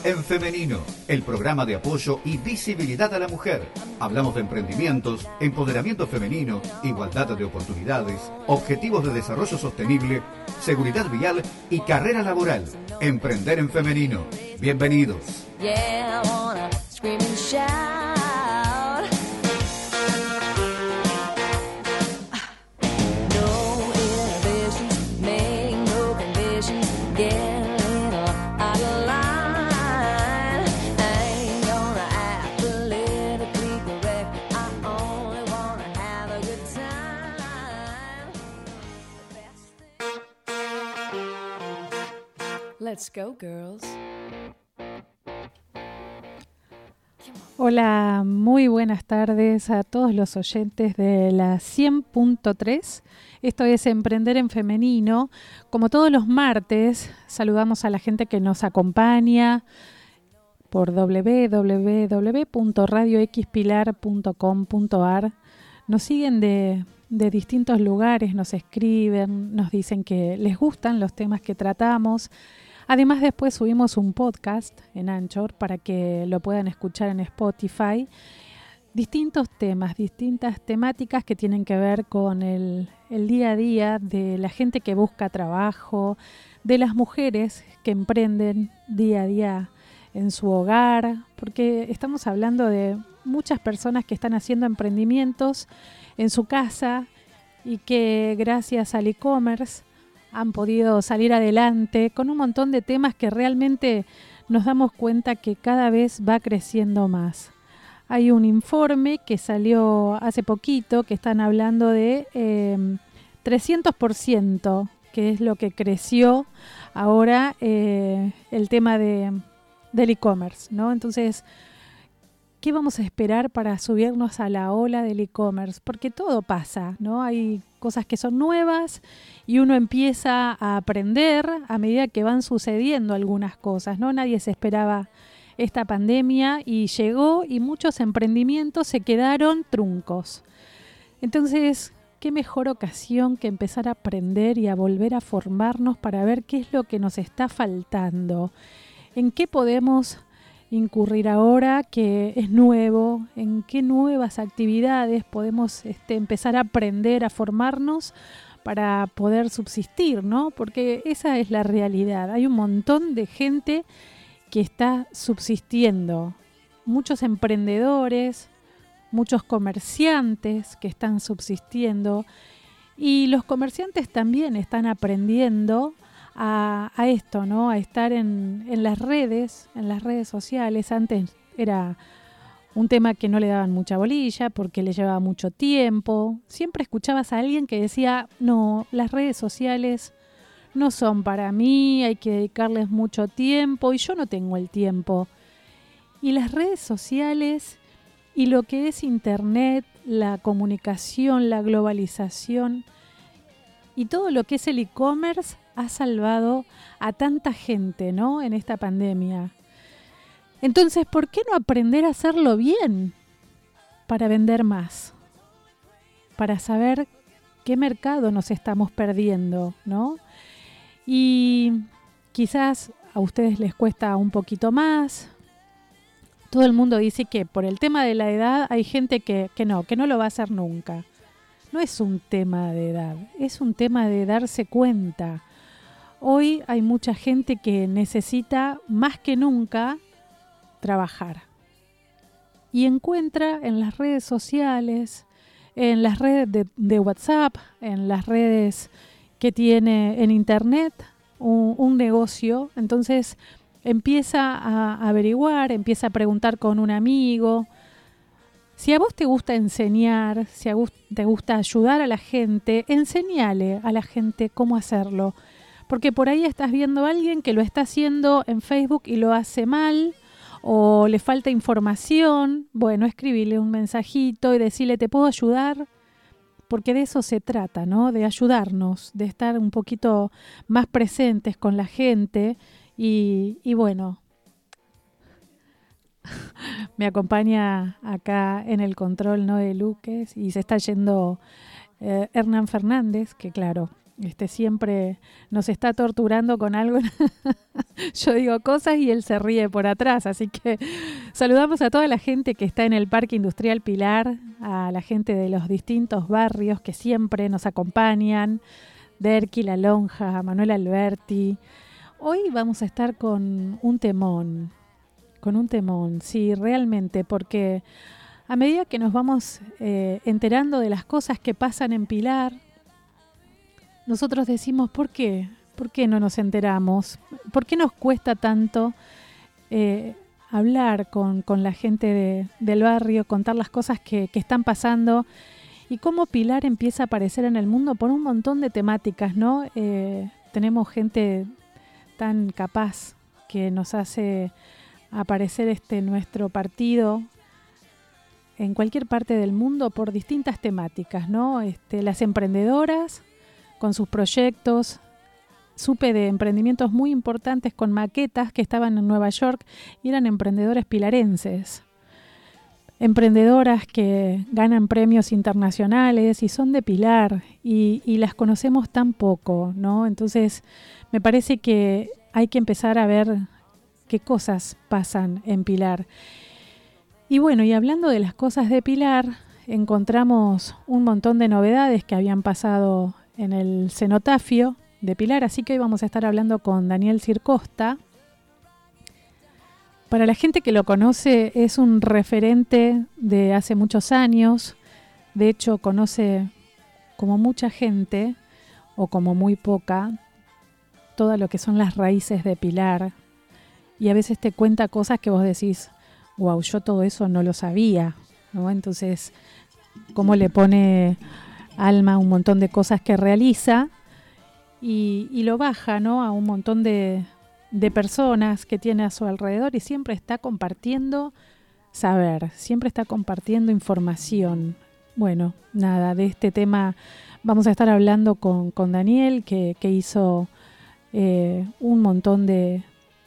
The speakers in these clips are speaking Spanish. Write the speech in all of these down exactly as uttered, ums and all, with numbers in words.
En Femenino, el programa de apoyo y visibilidad a la mujer. Hablamos de emprendimientos, empoderamiento femenino, igualdad de oportunidades, objetivos de desarrollo sostenible, seguridad vial y carrera laboral. Emprender en Femenino. Bienvenidos. Yeah, I wanna scream and shout. No inhibitions, make no conditions, get a little out of line. I ain't gonna act politically correct, I only wanna have a good time. Let's go, girls. Hola, muy buenas tardes a todos los oyentes de la cien punto tres. Esto es Emprender en Femenino. Como todos los martes, saludamos a la gente que nos acompaña por doble u doble u doble u punto radio x pilar punto com punto a r. Nos siguen de, de distintos lugares, nos escriben, nos dicen que les gustan los temas que tratamos. Además, después subimos un podcast en Anchor para que lo puedan escuchar en Spotify. Distintos temas, distintas temáticas que tienen que ver con el, el día a día de la gente que busca trabajo, de las mujeres que emprenden día a día en su hogar, porque estamos hablando de muchas personas que están haciendo emprendimientos en su casa y que gracias al e-commerce han podido salir adelante con un montón de temas que realmente nos damos cuenta que cada vez va creciendo más. Hay un informe que salió hace poquito que están hablando de eh, trescientos por ciento, que es lo que creció ahora eh, el tema de, del e-commerce, ¿no? Entonces, ¿qué vamos a esperar para subirnos a la ola del e-commerce? Porque todo pasa, ¿no? Hay cosas que son nuevas y uno empieza a aprender a medida que van sucediendo algunas cosas, ¿no? Nadie se esperaba esta pandemia y llegó y muchos emprendimientos se quedaron truncos. Entonces, qué mejor ocasión que empezar a aprender y a volver a formarnos para ver qué es lo que nos está faltando, en qué podemos incurrir ahora que es nuevo, en qué nuevas actividades podemos este, empezar a aprender, a formarnos para poder subsistir, ¿no? Porque esa es la realidad. Hay un montón de gente que está subsistiendo, muchos emprendedores, muchos comerciantes que están subsistiendo y los comerciantes también están aprendiendo A, a esto, ¿no? A estar en, en las redes, en las redes sociales. Antes era un tema que no le daban mucha bolilla porque le llevaba mucho tiempo. Siempre escuchabas a alguien que decía, no, las redes sociales no son para mí, hay que dedicarles mucho tiempo y yo no tengo el tiempo. Y las redes sociales y lo que es internet, la comunicación, la globalización y todo lo que es el e-commerce ha salvado a tanta gente, ¿no? En esta pandemia. Entonces, ¿por qué no aprender a hacerlo bien para vender más? Para saber qué mercado nos estamos perdiendo, ¿no? Y quizás a ustedes les cuesta un poquito más. Todo el mundo dice que por el tema de la edad hay gente que, que no, que no lo va a hacer nunca. No es un tema de edad, es un tema de darse cuenta. Hoy hay mucha gente que necesita más que nunca trabajar y encuentra en las redes sociales, en las redes de, de WhatsApp, en las redes que tiene en internet un, un negocio. Entonces empieza a averiguar, empieza a preguntar con un amigo. Si a vos te gusta enseñar, si a vos te gusta ayudar a la gente, enséñale a la gente cómo hacerlo. Porque por ahí estás viendo a alguien que lo está haciendo en Facebook y lo hace mal, o le falta información. Bueno, escribile un mensajito y decirle, ¿te puedo ayudar? Porque de eso se trata, ¿no? De ayudarnos, de estar un poquito más presentes con la gente. Y, y bueno, me acompaña acá en el control Noé Luques y se está yendo eh, Hernán Fernández, que claro, Este siempre nos está torturando con algo. Yo digo cosas y él se ríe por atrás. Así que saludamos a toda la gente que está en el Parque Industrial Pilar, a la gente de los distintos barrios que siempre nos acompañan, Derqui, La Lonja, Manuel Alberti. Hoy vamos a estar con un temón, con un temón, sí, realmente, porque a medida que nos vamos eh, enterando de las cosas que pasan en Pilar, nosotros decimos, ¿por qué? ¿Por qué no nos enteramos? ¿Por qué nos cuesta tanto eh, hablar con, con la gente de, del barrio, contar las cosas que, que están pasando? Y cómo Pilar empieza a aparecer en el mundo por un montón de temáticas, ¿no? Eh, tenemos gente tan capaz que nos hace aparecer este nuestro partido en cualquier parte del mundo por distintas temáticas, ¿no? Este, las emprendedoras con sus proyectos. Supe de emprendimientos muy importantes con maquetas que estaban en Nueva York y eran emprendedores pilarenses. Emprendedoras que ganan premios internacionales y son de Pilar y, y las conocemos tan poco, ¿no? Entonces me parece que hay que empezar a ver qué cosas pasan en Pilar. Y bueno, y hablando de las cosas de Pilar, encontramos un montón de novedades que habían pasado en el cenotafio de Pilar, así que hoy vamos a estar hablando con Daniel Circosta. Para la gente que lo conoce, es un referente de hace muchos años. De hecho, conoce como mucha gente, o como muy poca, todo lo que son las raíces de Pilar. Y a veces te cuenta cosas que vos decís, wow, yo todo eso no lo sabía, ¿no? Entonces, cómo le pone alma a un montón de cosas que realiza y, y lo baja, ¿no? A un montón de, de personas que tiene a su alrededor y siempre está compartiendo saber, siempre está compartiendo información. Bueno, nada, de este tema vamos a estar hablando con, con Daniel, que, que hizo eh, un montón de,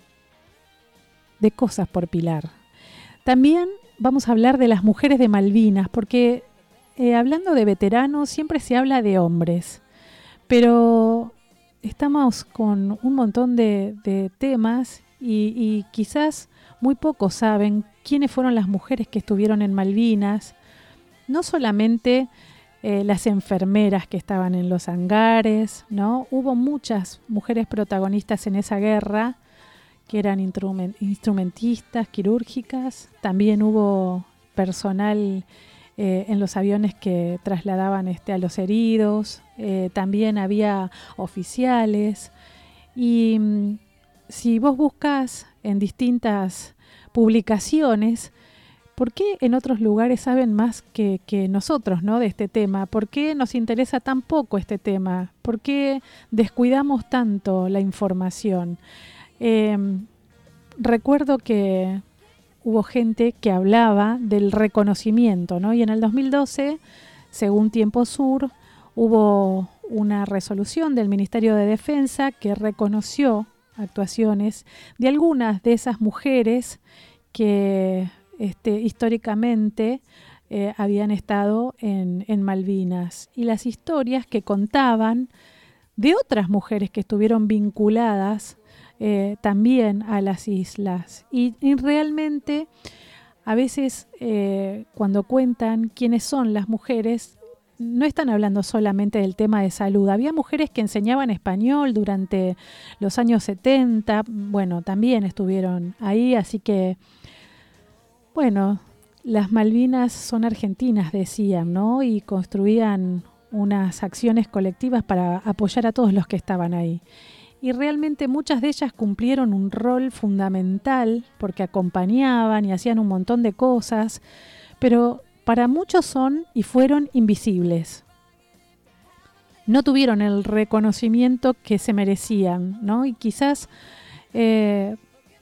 de cosas por Pilar. También vamos a hablar de las mujeres de Malvinas, porque eh, hablando de veteranos siempre se habla de hombres, pero estamos con un montón de, de temas y, y quizás muy pocos saben quiénes fueron las mujeres que estuvieron en Malvinas, no solamente eh, las enfermeras que estaban en los hangares, ¿no? Hubo muchas mujeres protagonistas en esa guerra, que eran instrumentistas, quirúrgicas. También hubo personal eh, en los aviones que trasladaban este, a los heridos. Eh, también había oficiales. Y mm, si vos buscas en distintas publicaciones, ¿por qué en otros lugares saben más que, que nosotros, ¿no? De este tema? ¿Por qué nos interesa tan poco este tema? ¿Por qué descuidamos tanto la información? Eh, recuerdo que hubo gente que hablaba del reconocimiento, ¿no? Y en el dos mil doce, según Tiempo Sur, hubo una resolución del Ministerio de Defensa que reconoció actuaciones de algunas de esas mujeres que este, históricamente eh, habían estado en, en Malvinas, y las historias que contaban de otras mujeres que estuvieron vinculadas Eh, también a las islas. Y, y realmente a veces eh, cuando cuentan quiénes son las mujeres, no están hablando solamente del tema de salud. Había mujeres que enseñaban español durante los años setenta, bueno, también estuvieron ahí, así que, bueno, las Malvinas son argentinas, decían, ¿no? Y construían unas acciones colectivas para apoyar a todos los que estaban ahí. Y realmente muchas de ellas cumplieron un rol fundamental porque acompañaban y hacían un montón de cosas, pero para muchos son y fueron invisibles. No tuvieron el reconocimiento que se merecían, ¿no? Y quizás eh,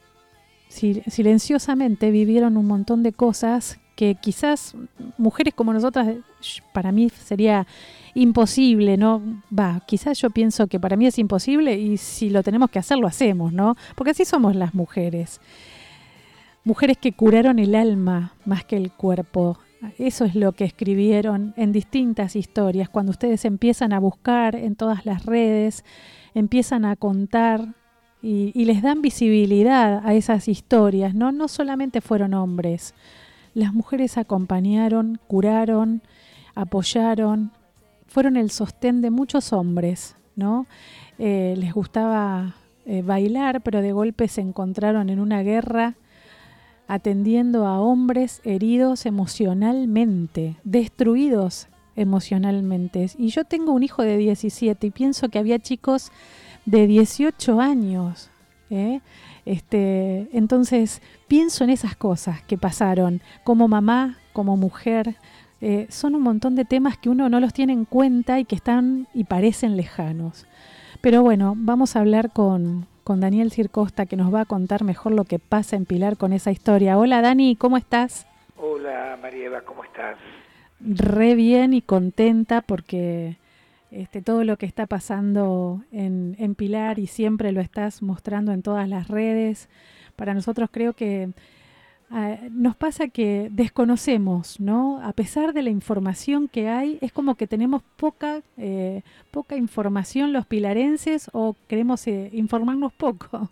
silenciosamente vivieron un montón de cosas que quizás mujeres como nosotras, para mí sería imposible, ¿no? Va, quizás yo pienso que para mí es imposible y si lo tenemos que hacer, lo hacemos, ¿no? Porque así somos las mujeres. Mujeres que curaron el alma más que el cuerpo Eso es lo que escribieron en distintas historias. Cuando ustedes empiezan a buscar en todas las redes, empiezan a contar y, y les dan visibilidad a esas historias, ¿no? No solamente fueron hombres. Las mujeres acompañaron, curaron, apoyaron, fueron el sostén de muchos hombres, ¿no? Eh, les gustaba eh, bailar, pero de golpe se encontraron en una guerra atendiendo a hombres heridos emocionalmente, destruidos emocionalmente. Y yo tengo un hijo de diecisiete y pienso que había chicos de dieciocho años, ¿eh? Este, entonces pienso en esas cosas que pasaron como mamá, como mujer. Eh, son un montón de temas que uno no los tiene en cuenta y que están y parecen lejanos. Pero bueno, vamos a hablar con... con Daniel Circosta, que nos va a contar mejor lo que pasa en Pilar con esa historia. Hola Dani, ¿cómo estás? Hola María Eva, ¿cómo estás? Re bien y contenta porque este, todo lo que está pasando en, en Pilar y siempre lo estás mostrando en todas las redes, para nosotros creo que Uh, nos pasa que desconocemos, ¿no? A pesar de la información que hay, es como que tenemos poca eh, poca información los pilarenses o queremos eh, informarnos poco.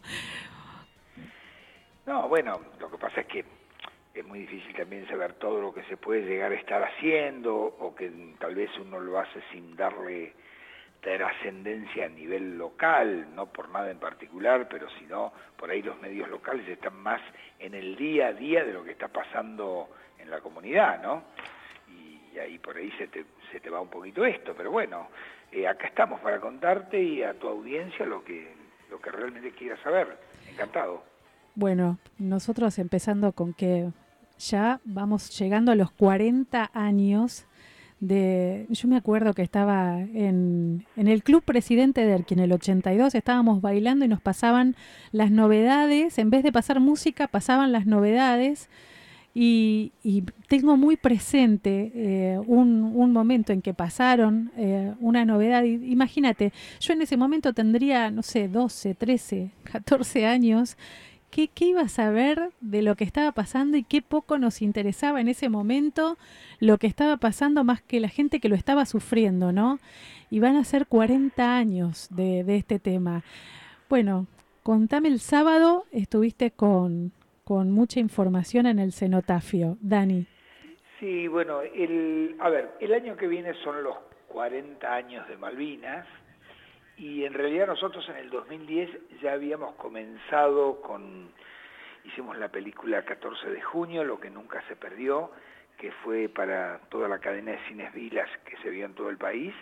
No, bueno, lo que pasa es que es muy difícil también saber todo lo que se puede llegar a estar haciendo o que tal vez uno lo hace sin darle trascendencia a nivel local, no por nada en particular, pero sino por ahí los medios locales están más en el día a día de lo que está pasando en la comunidad, ¿no? Y ahí por ahí se te, se te va un poquito esto, pero bueno, eh, acá estamos para contarte y a tu audiencia lo que, lo que realmente quieras saber. Encantado. Bueno, nosotros empezando con que ya vamos llegando a los cuarenta años de, yo me acuerdo que estaba en, en el Club Presidente de Derqui en el ochenta y dos, estábamos bailando y nos pasaban las novedades, en vez de pasar música pasaban las novedades y, y tengo muy presente eh, un, un momento en que pasaron eh, una novedad. Imagínate, yo en ese momento tendría, no sé, doce, trece, catorce años. ¿Qué, ¿Qué iba a saber de lo que estaba pasando y qué poco nos interesaba en ese momento lo que estaba pasando más que la gente que lo estaba sufriendo, ¿no? Y van a ser cuarenta años de, de este tema. Bueno, contame, el sábado estuviste con, con mucha información en el cenotafio. Dani. Sí, bueno, el, a ver, el año que viene son los cuarenta años de Malvinas. Y en realidad nosotros en el dos mil diez ya habíamos comenzado con, hicimos la película catorce de junio, Lo que nunca se perdió, que fue para toda la cadena de cines Vilas que se vio en todo el país,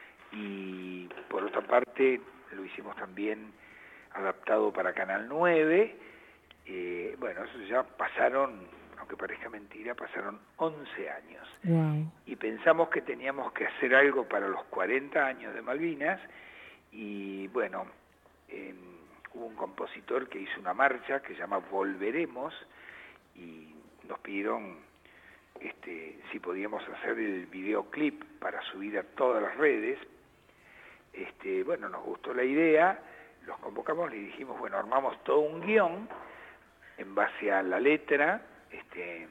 y por otra parte lo hicimos también adaptado para Canal nueve, eh, bueno, eso ya pasaron, aunque parezca mentira, pasaron once años. Wow. Y pensamos que teníamos que hacer algo para los cuarenta años de Malvinas. Y bueno, eh, hubo un compositor que hizo una marcha que se llama Volveremos y nos pidieron este, si podíamos hacer el videoclip para subir a todas las redes. Este, bueno, nos gustó la idea, los convocamos y dijimos, bueno, armamos todo un guión en base a la letra este,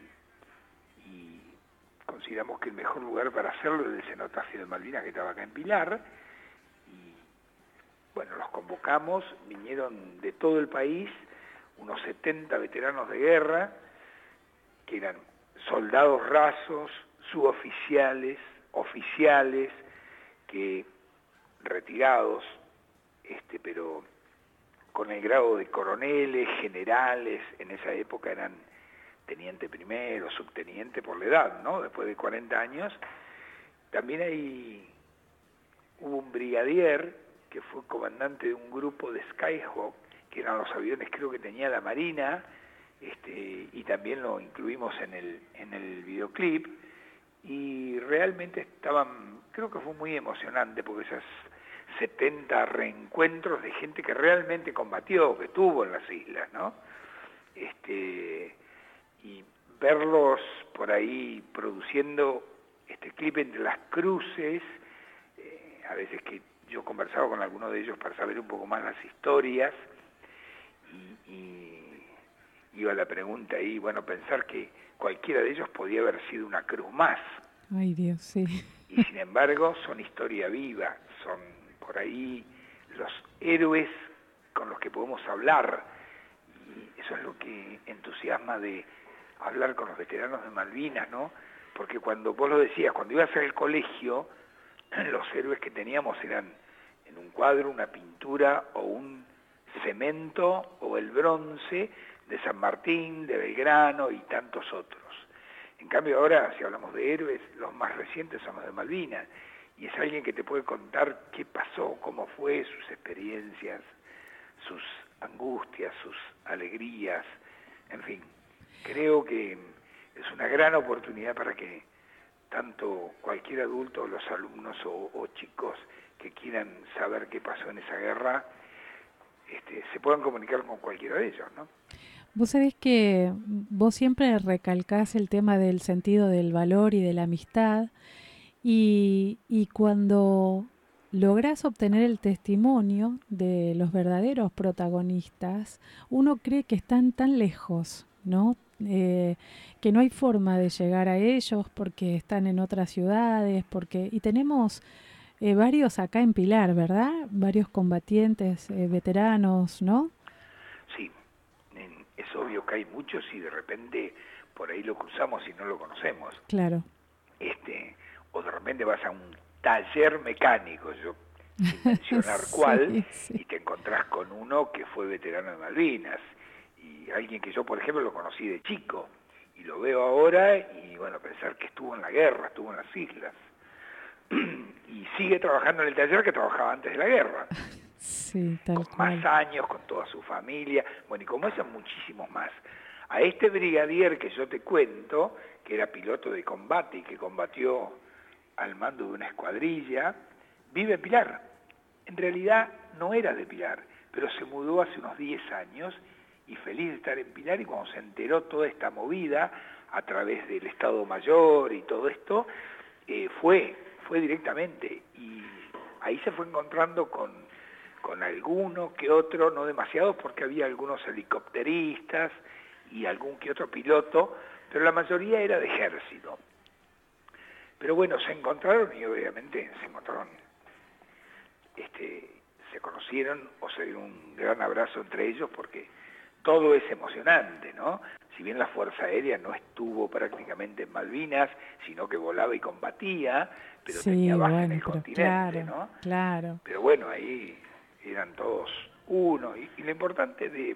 y consideramos que el mejor lugar para hacerlo es el cenotafio de Malvinas que estaba acá en Pilar. Bueno, los convocamos, vinieron de todo el país, unos setenta veteranos de guerra, que eran soldados rasos, suboficiales, oficiales, que retirados, este, pero con el grado de coroneles, generales, en esa época eran teniente primero, subteniente por la edad, ¿no? Después de cuarenta años. También hay, hubo un brigadier que fue comandante de un grupo de Skyhawk, que eran los aviones creo que tenía la Marina, este, y también lo incluimos en el, en el videoclip, y realmente estaban, creo que fue muy emocionante, porque esas setenta reencuentros de gente que realmente combatió, que estuvo en las islas, ¿no? Este, y verlos por ahí produciendo este clip entre las cruces, eh, a veces que yo conversaba con algunos de ellos para saber un poco más las historias y, y, iba la pregunta ahí, bueno, pensar que cualquiera de ellos podía haber sido una cruz más. Ay, Dios, sí. Y sin embargo son historia viva, son por ahí los héroes con los que podemos hablar. Y eso es lo que entusiasma de hablar con los veteranos de Malvinas, ¿no? Porque cuando vos lo decías, cuando ibas al colegio, los héroes que teníamos eran en un cuadro, una pintura o un cemento o el bronce de San Martín, de Belgrano y tantos otros. En cambio ahora, si hablamos de héroes, los más recientes son los de Malvinas, y es alguien que te puede contar qué pasó, cómo fue, sus experiencias, sus angustias, sus alegrías, en fin. Creo que es una gran oportunidad para que tanto cualquier adulto, los alumnos o, o chicos que quieran saber qué pasó en esa guerra, este, se puedan comunicar con cualquiera de ellos, ¿no? Vos sabés que vos siempre recalcás el tema del sentido del valor y de la amistad, y, y cuando lográs obtener el testimonio de los verdaderos protagonistas, uno cree que están tan lejos, ¿no? Eh, que no hay forma de llegar a ellos porque están en otras ciudades, porque y tenemos eh, varios acá en Pilar, ¿verdad? Varios combatientes, eh, veteranos, ¿no? Sí, es obvio que hay muchos y de repente por ahí lo cruzamos y no lo conocemos. Claro. Este, o de repente vas a un taller mecánico, yo sin mencionar sí, cuál, sí. y te encontrás con uno que fue veterano de Malvinas, y alguien que yo, por ejemplo, lo conocí de chico, y lo veo ahora, y bueno, pensar que estuvo en la guerra, estuvo en las islas, y sigue trabajando en el taller que trabajaba antes de la guerra. Sí, tal con cual. Más años, con toda su familia, bueno, y como esos muchísimos más. A este brigadier que yo te cuento, que era piloto de combate y que combatió al mando de una escuadrilla, vive en Pilar. En realidad no era de Pilar, pero se mudó hace unos diez años y feliz de estar en Pilar, y cuando se enteró toda esta movida a través del Estado Mayor y todo esto, eh, fue, fue directamente, y ahí se fue encontrando con, con alguno que otro, no demasiados porque había algunos helicópteristas y algún que otro piloto, pero la mayoría era de ejército. Pero bueno, se encontraron y obviamente se encontraron, este, se conocieron o se dieron un gran abrazo entre ellos, porque todo es emocionante, ¿no? Si bien la Fuerza Aérea no estuvo prácticamente en Malvinas, sino que volaba y combatía, pero sí, tenía base bueno, en el pero continente, claro, ¿no? Claro. Pero bueno, ahí eran todos uno, y, y lo importante de,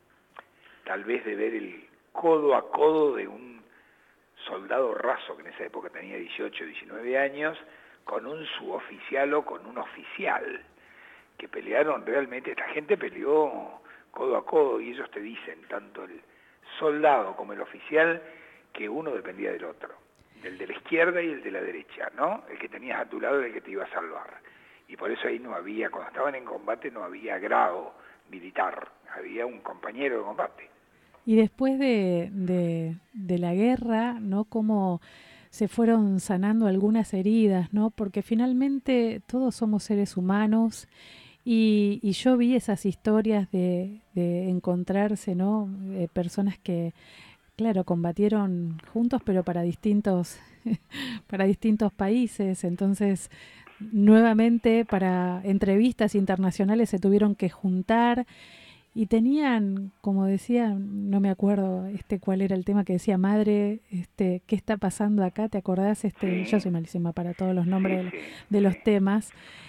tal vez de ver el codo a codo de un soldado raso, que en esa época tenía dieciocho, diecinueve años, con un suboficial o con un oficial, que pelearon realmente, esta gente peleó codo a codo, y ellos te dicen, tanto el soldado como el oficial, que uno dependía del otro, del de la izquierda y el de la derecha, ¿no? El que tenías a tu lado era el que te iba a salvar. Y por eso ahí no había, cuando estaban en combate no había grado militar, había un compañero de combate. Y después de, de, de la guerra, ¿no? Cómo se fueron sanando algunas heridas, ¿no? Porque finalmente todos somos seres humanos, y, y yo vi esas historias de, de encontrarse, ¿no? Eh, personas que, claro, combatieron juntos, pero para distintos, para distintos países. Entonces, nuevamente, para entrevistas internacionales se tuvieron que juntar. Y tenían, como decía, no me acuerdo este cuál era el tema que decía, madre, este, ¿qué está pasando acá? ¿Te acordás? Este, Sí. Yo soy malísima para todos los nombres Sí, de, sí, de los sí. temas.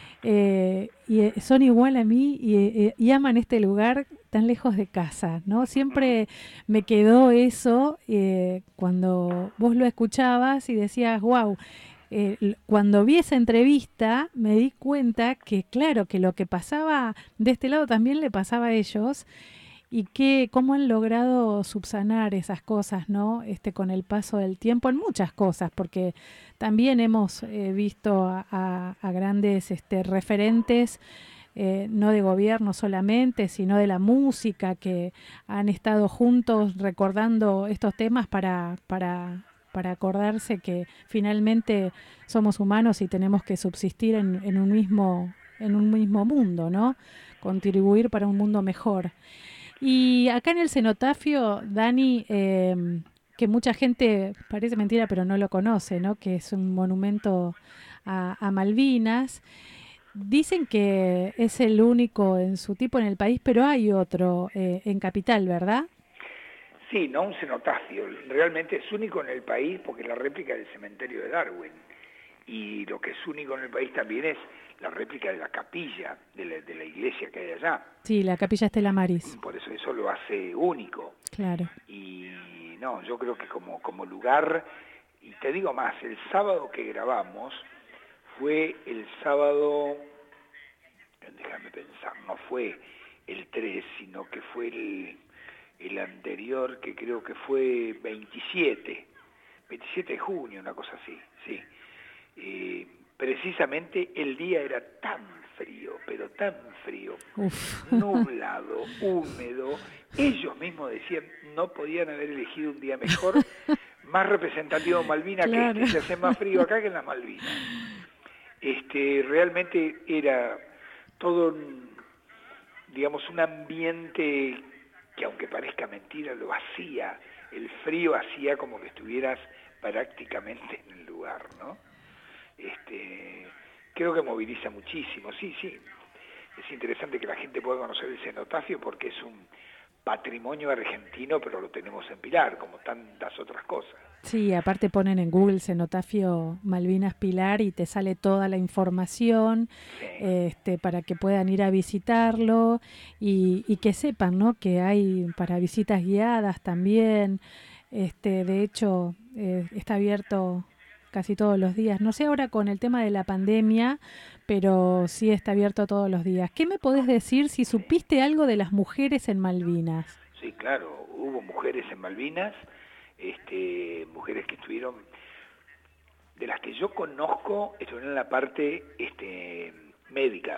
Eh, y eh, son igual a mí, y, eh, y aman este lugar tan lejos de casa, ¿no? Siempre me quedó eso eh, cuando vos lo escuchabas y decías, wow. Eh, cuando vi esa entrevista me di cuenta que claro, que lo que pasaba de este lado también le pasaba a ellos, y que cómo han logrado subsanar esas cosas, ¿no? Este, con el paso del tiempo en muchas cosas, porque también hemos eh, visto a, a, a grandes este, referentes, eh, no de gobierno solamente, sino de la música, que han estado juntos recordando estos temas para... para para acordarse que finalmente somos humanos y tenemos que subsistir en, en un mismo en un mismo mundo, ¿no? Contribuir para un mundo mejor. Y acá en el cenotafio, Dani, eh, que mucha gente, parece mentira, pero no lo conoce, ¿no? Que es un monumento a, a Malvinas. Dicen que es el único en su tipo en el país, pero hay otro eh, en Capital, ¿verdad? Sí, no un cenotafio, realmente es único en el país porque es la réplica del cementerio de Darwin. Y lo que es único en el país también es la réplica de la capilla, de la, de la iglesia que hay allá. Sí, la capilla Estela Maris. Por eso eso lo hace único. Claro. Y no, yo creo que como, como lugar, y te digo más, el sábado que grabamos fue el sábado, déjame pensar, no fue el tres, sino que fue el, el anterior, que creo que fue veintisiete, veintisiete de junio, una cosa así, sí. Eh, precisamente el día era tan frío, pero tan frío, Uf. nublado, húmedo. Ellos mismos decían, no podían haber elegido un día mejor, más representativo de Malvinas, claro, que este, se hace más frío acá que en las Malvinas. Este, realmente era todo, un, digamos, un ambiente que, aunque parezca mentira, lo hacía, el frío hacía como que estuvieras prácticamente en el lugar, ¿no? Este, creo que moviliza muchísimo, sí, sí. Es interesante que la gente pueda conocer el cenotafio porque es un patrimonio argentino, pero lo tenemos en Pilar, como tantas otras cosas. Sí, aparte ponen en Google cenotafio Malvinas Pilar y te sale toda la información, sí, este, para que puedan ir a visitarlo y, y que sepan, ¿no? Que hay para visitas guiadas también. Este, de hecho, eh, está abierto casi todos los días. No sé ahora con el tema de la pandemia, pero sí está abierto todos los días. ¿Qué me podés decir si supiste algo de las mujeres en Malvinas? Sí, claro, hubo mujeres en Malvinas, este, mujeres que estuvieron, de las que yo conozco, estuvieron en la parte este, médica,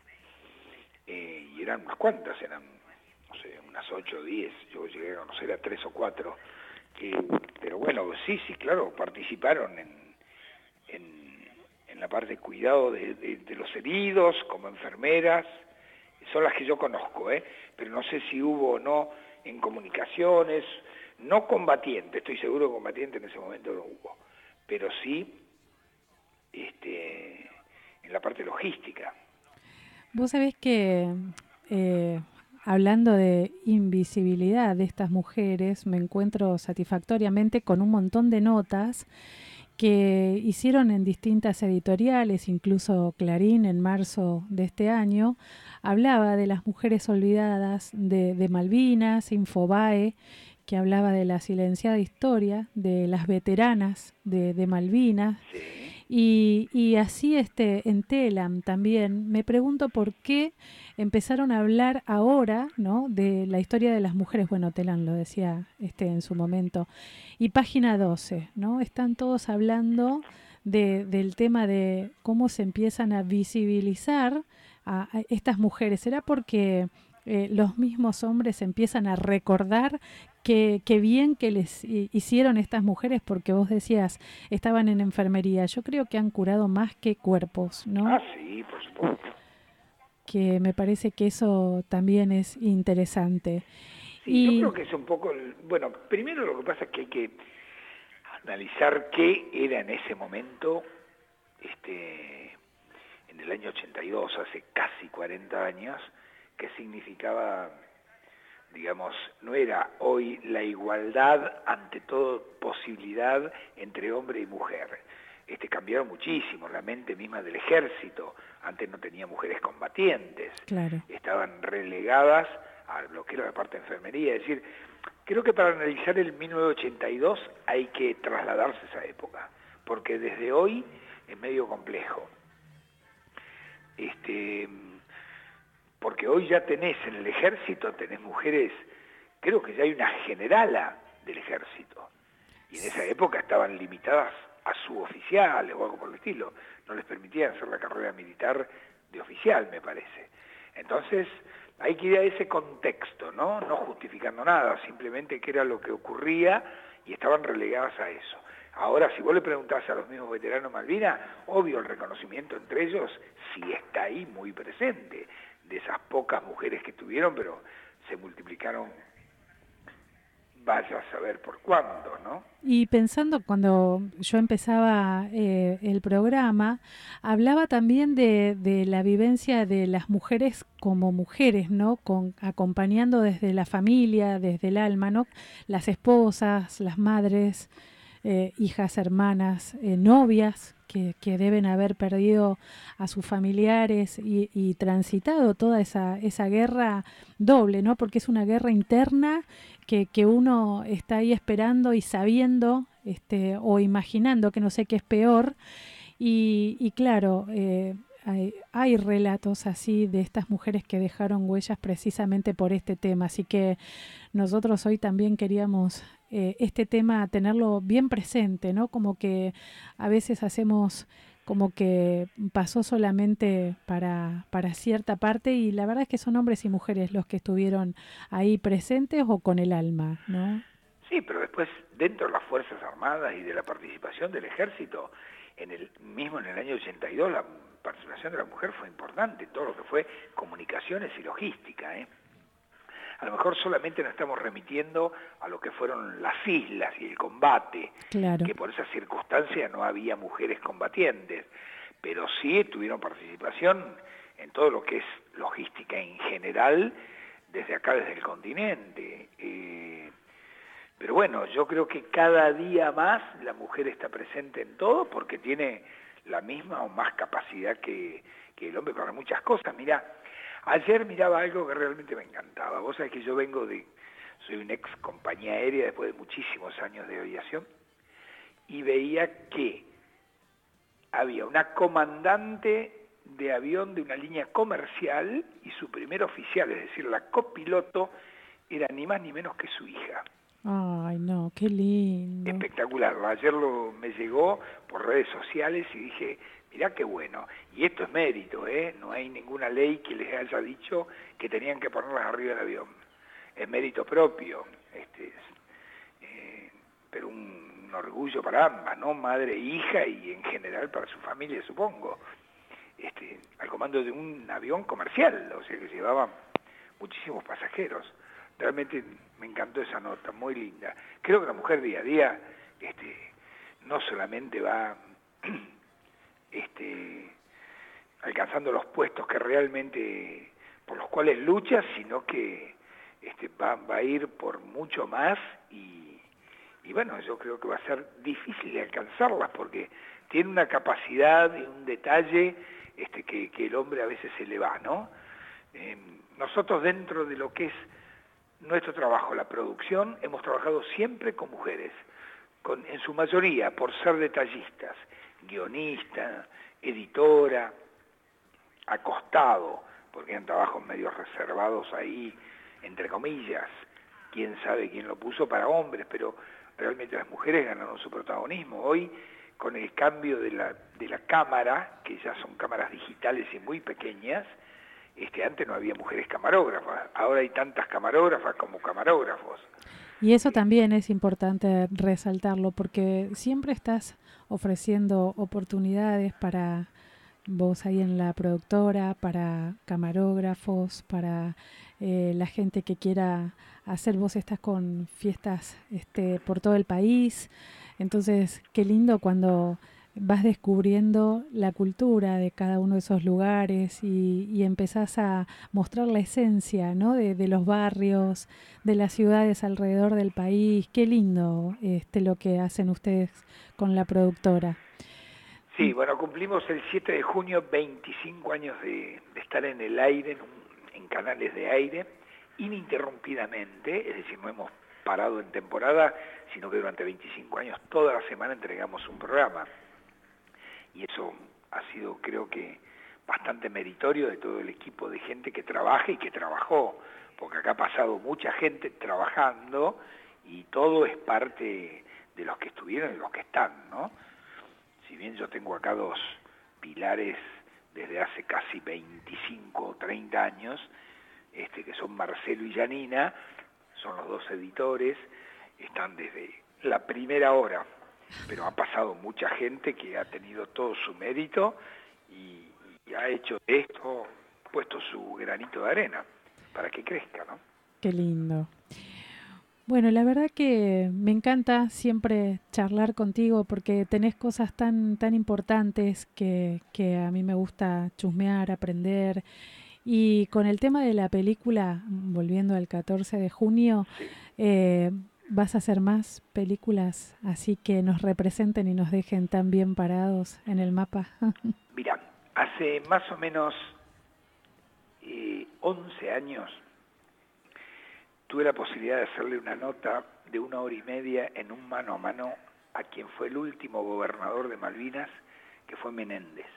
eh, y eran unas cuantas, eran, no sé, unas ocho o diez, yo llegué a conocer a tres o cuatro, que, pero bueno, sí, sí, claro, participaron en En, en la parte de cuidado de, de, de los heridos, como enfermeras, son las que yo conozco, ¿eh? Pero no sé si hubo o no en comunicaciones, no combatiente, estoy seguro que combatiente en ese momento no hubo, pero sí este, en la parte logística. Vos sabés que, eh, hablando de invisibilidad de estas mujeres, me encuentro satisfactoriamente con un montón de notas que hicieron en distintas editoriales, incluso Clarín en marzo de este año, hablaba de las mujeres olvidadas de, de Malvinas, Infobae, que hablaba de la silenciada historia de las veteranas de, de Malvinas, sí. y, y así este, en Telam también. Me pregunto por qué empezaron a hablar ahora, ¿no?, de la historia de las mujeres. Bueno, Telam lo decía este, en su momento. Y Página doce, ¿no? Están todos hablando de, del tema de cómo se empiezan a visibilizar a, a estas mujeres. ¿Será porque eh, los mismos hombres empiezan a recordar qué que bien que les hicieron estas mujeres? Porque vos decías, estaban en enfermería. Yo creo que han curado más que cuerpos, ¿no? Ah, sí, por supuesto. Que me parece que eso también es interesante. Sí, y... yo creo que es un poco, el, bueno, primero lo que pasa es que hay que analizar qué era en ese momento, este, en el año ochenta y dos, hace casi cuarenta años, qué significaba, digamos, no era hoy la igualdad ante toda posibilidad entre hombre y mujer. Este, cambiaron muchísimo, la mente misma del ejército, antes no tenía mujeres combatientes, claro, estaban relegadas a lo que era la parte de enfermería. Es decir, creo que para analizar el mil novecientos ochenta y dos hay que trasladarse a esa época, porque desde hoy es medio complejo. Este, porque hoy ya tenés en el ejército, tenés mujeres, creo que ya hay una generala del ejército, y en esa época estaban limitadas a suboficiales o algo por el estilo, no les permitían hacer la carrera militar de oficial, me parece. Entonces, hay que ir a ese contexto, ¿no? No justificando nada, simplemente que era lo que ocurría y estaban relegadas a eso. Ahora, si vos le preguntás a los mismos veteranos Malvinas, obvio el reconocimiento entre ellos sí está ahí muy presente, de esas pocas mujeres que tuvieron, pero se multiplicaron, vaya a saber por cuándo, ¿no? Y pensando cuando yo empezaba eh, el programa, hablaba también de, de la vivencia de las mujeres como mujeres, ¿no? Con, acompañando desde la familia, desde el alma, ¿no? Las esposas, las madres, eh, hijas, hermanas, eh, novias, que, que deben haber perdido a sus familiares y, y transitado toda esa, esa guerra doble, ¿no? Porque es una guerra interna que, que uno está ahí esperando y sabiendo este, o imaginando que no sé qué es peor. Y, y claro, eh, hay, hay relatos así de estas mujeres que dejaron huellas precisamente por este tema. Así que nosotros hoy también queríamos eh, este tema tenerlo bien presente, ¿no? Como que a veces hacemos como que pasó solamente para, para cierta parte, y la verdad es que son hombres y mujeres los que estuvieron ahí presentes o con el alma, ¿no? Sí, pero después dentro de las Fuerzas Armadas y de la participación del Ejército, en el mismo en el año ochenta y dos la participación de la mujer fue importante, todo lo que fue comunicaciones y logística, ¿eh? A lo mejor solamente nos estamos remitiendo a lo que fueron las islas y el combate, claro, que por esa circunstancia no había mujeres combatientes, pero sí tuvieron participación en todo lo que es logística en general, desde acá, desde el continente. Eh, pero bueno, yo creo que cada día más la mujer está presente en todo porque tiene la misma o más capacidad que, que el hombre para muchas cosas. Mirá, ayer miraba algo que realmente me encantaba. Vos sabés que yo vengo de, soy un ex compañía aérea después de muchísimos años de aviación, y veía que había una comandante de avión de una línea comercial y su primer oficial, es decir, la copiloto, era ni más ni menos que su hija. Ay, no, qué lindo. Espectacular. Ayer lo, me llegó por redes sociales y dije, mirá qué bueno. Y esto es mérito, ¿eh? No hay ninguna ley que les haya dicho que tenían que ponerlas arriba del avión. Es mérito propio. Este, eh, pero un, un orgullo para ambas, ¿no? Madre e hija, y en general para su familia, supongo. Este, al comando de un avión comercial, o sea que llevaba muchísimos pasajeros. Realmente me encantó esa nota, muy linda. Creo que la mujer día a día este, no solamente va este, alcanzando los puestos que realmente por los cuales lucha, sino que este, va, va a ir por mucho más, y, y bueno, yo creo que va a ser difícil de alcanzarlas porque tiene una capacidad y un detalle este, que, que el hombre a veces se le va, ¿no? Eh, nosotros dentro de lo que es nuestro trabajo, la producción, hemos trabajado siempre con mujeres, con, en su mayoría por ser detallistas, guionista, editora, acostado, porque eran trabajos medio reservados ahí, entre comillas, quién sabe quién lo puso para hombres, pero realmente las mujeres ganaron su protagonismo. Hoy, con el cambio de la, de la cámara, que ya son cámaras digitales y muy pequeñas, Este, antes no había mujeres camarógrafas, ahora hay tantas camarógrafas como camarógrafos. Y eso también es importante resaltarlo, porque siempre estás ofreciendo oportunidades para vos ahí en la productora, para camarógrafos, para eh, la gente que quiera hacer. Vos estás con fiestas este, por todo el país, entonces qué lindo cuando vas descubriendo la cultura de cada uno de esos lugares y, y empezás a mostrar la esencia, ¿no? de, de los barrios, de las ciudades alrededor del país. Qué lindo este, lo que hacen ustedes con la productora. Sí, bueno, cumplimos el siete de junio veinticinco años de, de estar en el aire, en, un, en canales de aire, ininterrumpidamente, es decir, no hemos parado en temporada, sino que durante veinticinco años, toda la semana entregamos un programa. Y eso ha sido, creo que, bastante meritorio de todo el equipo de gente que trabaja y que trabajó, porque acá ha pasado mucha gente trabajando y todo es parte de los que estuvieron y los que están, ¿no? Si bien yo tengo acá dos pilares desde hace casi veinticinco o treinta años, este, que son Marcelo y Janina, son los dos editores, están desde la primera hora, pero ha pasado mucha gente que ha tenido todo su mérito y, y ha hecho de esto, puesto su granito de arena para que crezca, ¿no? Qué lindo. Bueno, la verdad que me encanta siempre charlar contigo porque tenés cosas tan, tan importantes que, que a mí me gusta chusmear, aprender. Y con el tema de la película, volviendo al catorce de junio, Sí. eh, vas a hacer más películas así que nos representen y nos dejen tan bien parados en el mapa. Mirá, hace más o menos eh, once años tuve la posibilidad de hacerle una nota de una hora y media en un mano a mano a quien fue el último gobernador de Malvinas, que fue Menéndez.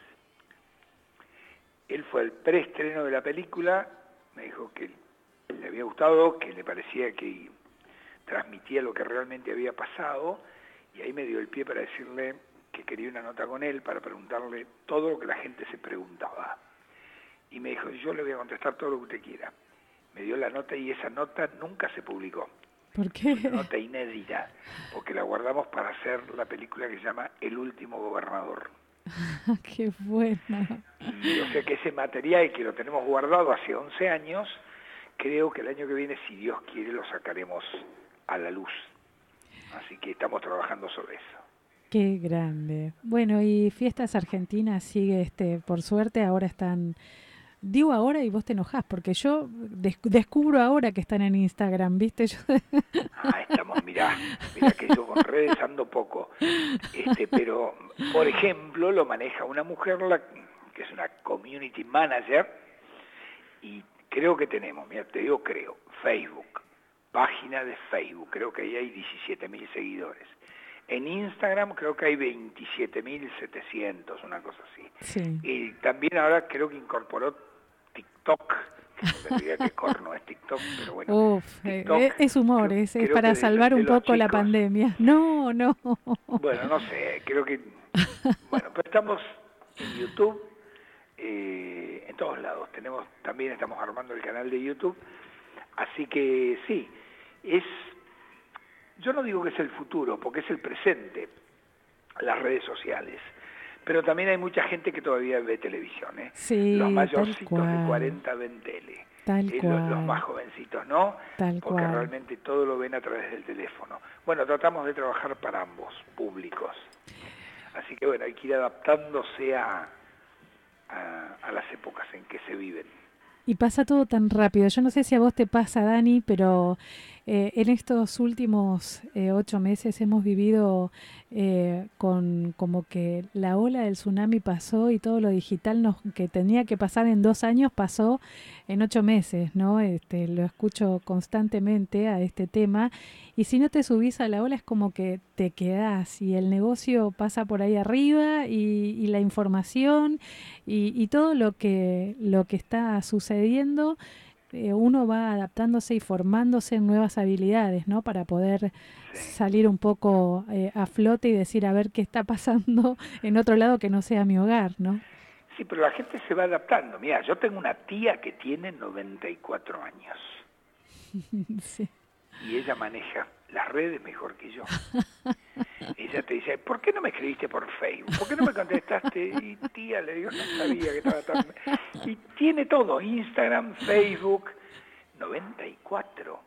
Él fue el preestreno de la película, me dijo que le había gustado, que le parecía que transmitía lo que realmente había pasado, y ahí me dio el pie para decirle que quería una nota con él, para preguntarle todo lo que la gente se preguntaba. Y me dijo, yo le voy a contestar todo lo que usted quiera. Me dio la nota y esa nota nunca se publicó. ¿Por qué? Una nota inédita, porque la guardamos para hacer la película que se llama El último gobernador. Qué bueno. Y, o sea que ese material que lo tenemos guardado hace once años, creo que el año que viene, si Dios quiere, lo sacaremos a la luz. Así que estamos trabajando sobre eso. Qué grande. Bueno, y Fiestas Argentinas sigue, este, por suerte, ahora están... Digo ahora y vos te enojás, porque yo des- descubro ahora que están en Instagram, ¿viste? Yo... Ah, estamos, mirá, mirá que yo con redes ando poco. Este, pero, por ejemplo, lo maneja una mujer la, que es una community manager, y creo que tenemos, mira, te digo creo, Facebook, página de Facebook, creo que ahí hay diecisiete mil seguidores. En Instagram creo que hay veintisiete mil setecientos, una cosa así. Sí. Y también ahora creo que incorporó TikTok, que no tendría que corno es TikTok, pero bueno. Uf, TikTok, eh, es humor, creo- es, es creo para que de- salvar de un los poco la chicos. pandemia. No, no. Bueno, no sé, creo que... Bueno, pero estamos en YouTube, eh, en todos lados. Tenemos, también estamos armando el canal de YouTube, así que sí, es... Yo no digo que es el futuro, porque es el presente, las redes sociales. Pero también hay mucha gente que todavía ve televisión, ¿eh? Sí, Los tal mayorcitos cual. de cuarenta ven tele. Tal Eh, los, cual. los más jovencitos no, Tal porque cual. realmente todo lo ven a través del teléfono. Bueno, tratamos de trabajar para ambos públicos. Así que bueno, hay que ir adaptándose a, a, a las épocas en que se viven. Y pasa todo tan rápido. Yo no sé si a vos te pasa, Dani, pero eh, en estos últimos eh, ocho meses hemos vivido eh, con como que la ola del tsunami pasó y todo lo digital nos, que tenía que pasar en dos años pasó en ocho meses, ¿no? Este, lo escucho constantemente a este tema. Y si no te subís a la ola es como que te quedás y el negocio pasa por ahí arriba y, y la información y, y todo lo que, lo que está sucediendo, eh, uno va adaptándose y formándose en nuevas habilidades, ¿no? Para poder salir un poco eh, a flote y decir a ver qué está pasando en otro lado que no sea mi hogar, ¿no? Sí, pero la gente se va adaptando. Mira, yo tengo una tía que tiene noventa y cuatro años. Sí. Y ella maneja las redes mejor que yo. Ella te dice, ¿por qué no me escribiste por Facebook? ¿Por qué no me contestaste? Y tía, le digo, no sabía que estaba tan... Y tiene todo, Instagram, Facebook, noventa y cuatro.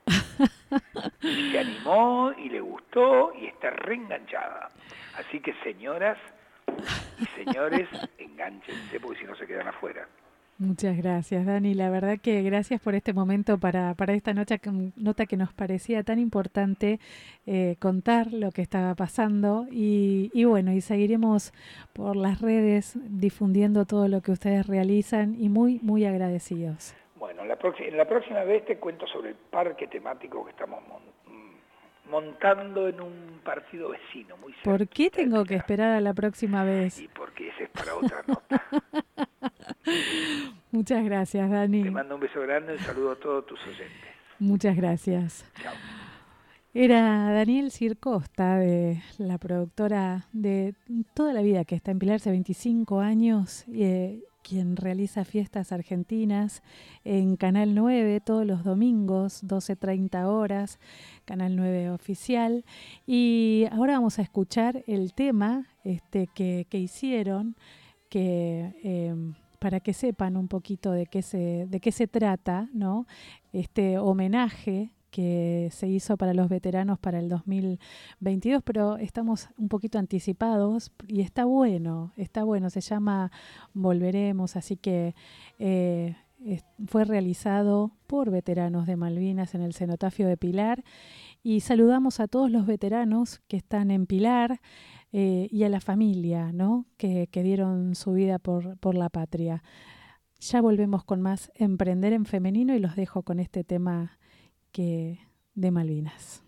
Y se animó y le gustó y está reenganchada. Así que señoras y señores, enganchense porque si no se quedan afuera. Muchas gracias, Dani. La verdad que gracias por este momento para, para esta nota que, nota que nos parecía tan importante eh, contar lo que estaba pasando y, y bueno, y seguiremos por las redes difundiendo todo lo que ustedes realizan y muy, muy agradecidos. Bueno, la próxima, en la próxima vez te cuento sobre el parque temático que estamos mon, montando en un partido vecino. Muy cerca, ¿Por qué tengo cerca. que esperar a la próxima vez? Y porque ese es para otra nota. Muchas gracias, Dani. Te mando un beso grande y un saludo a todos tus oyentes. Muchas gracias. Chao. Era Daniel Circosta, de la productora de toda la vida que está en Pilar, hace veinticinco años, eh, quien realiza Fiestas Argentinas en Canal nueve todos los domingos, doce treinta horas, Canal nueve oficial. Y ahora vamos a escuchar el tema este, que, que hicieron, que... Eh, para que sepan un poquito de qué se, de qué se trata, ¿no? Este homenaje que se hizo para los veteranos para el dos mil veintidós, pero estamos un poquito anticipados y está bueno, está bueno, se llama Volveremos, así que eh, fue realizado por veteranos de Malvinas en el cenotafio de Pilar, y saludamos a todos los veteranos que están en Pilar eh, y a la familia, ¿no? que, que dieron su vida por, por la patria. Ya volvemos con más Emprender en Femenino y los dejo con este tema que de Malvinas.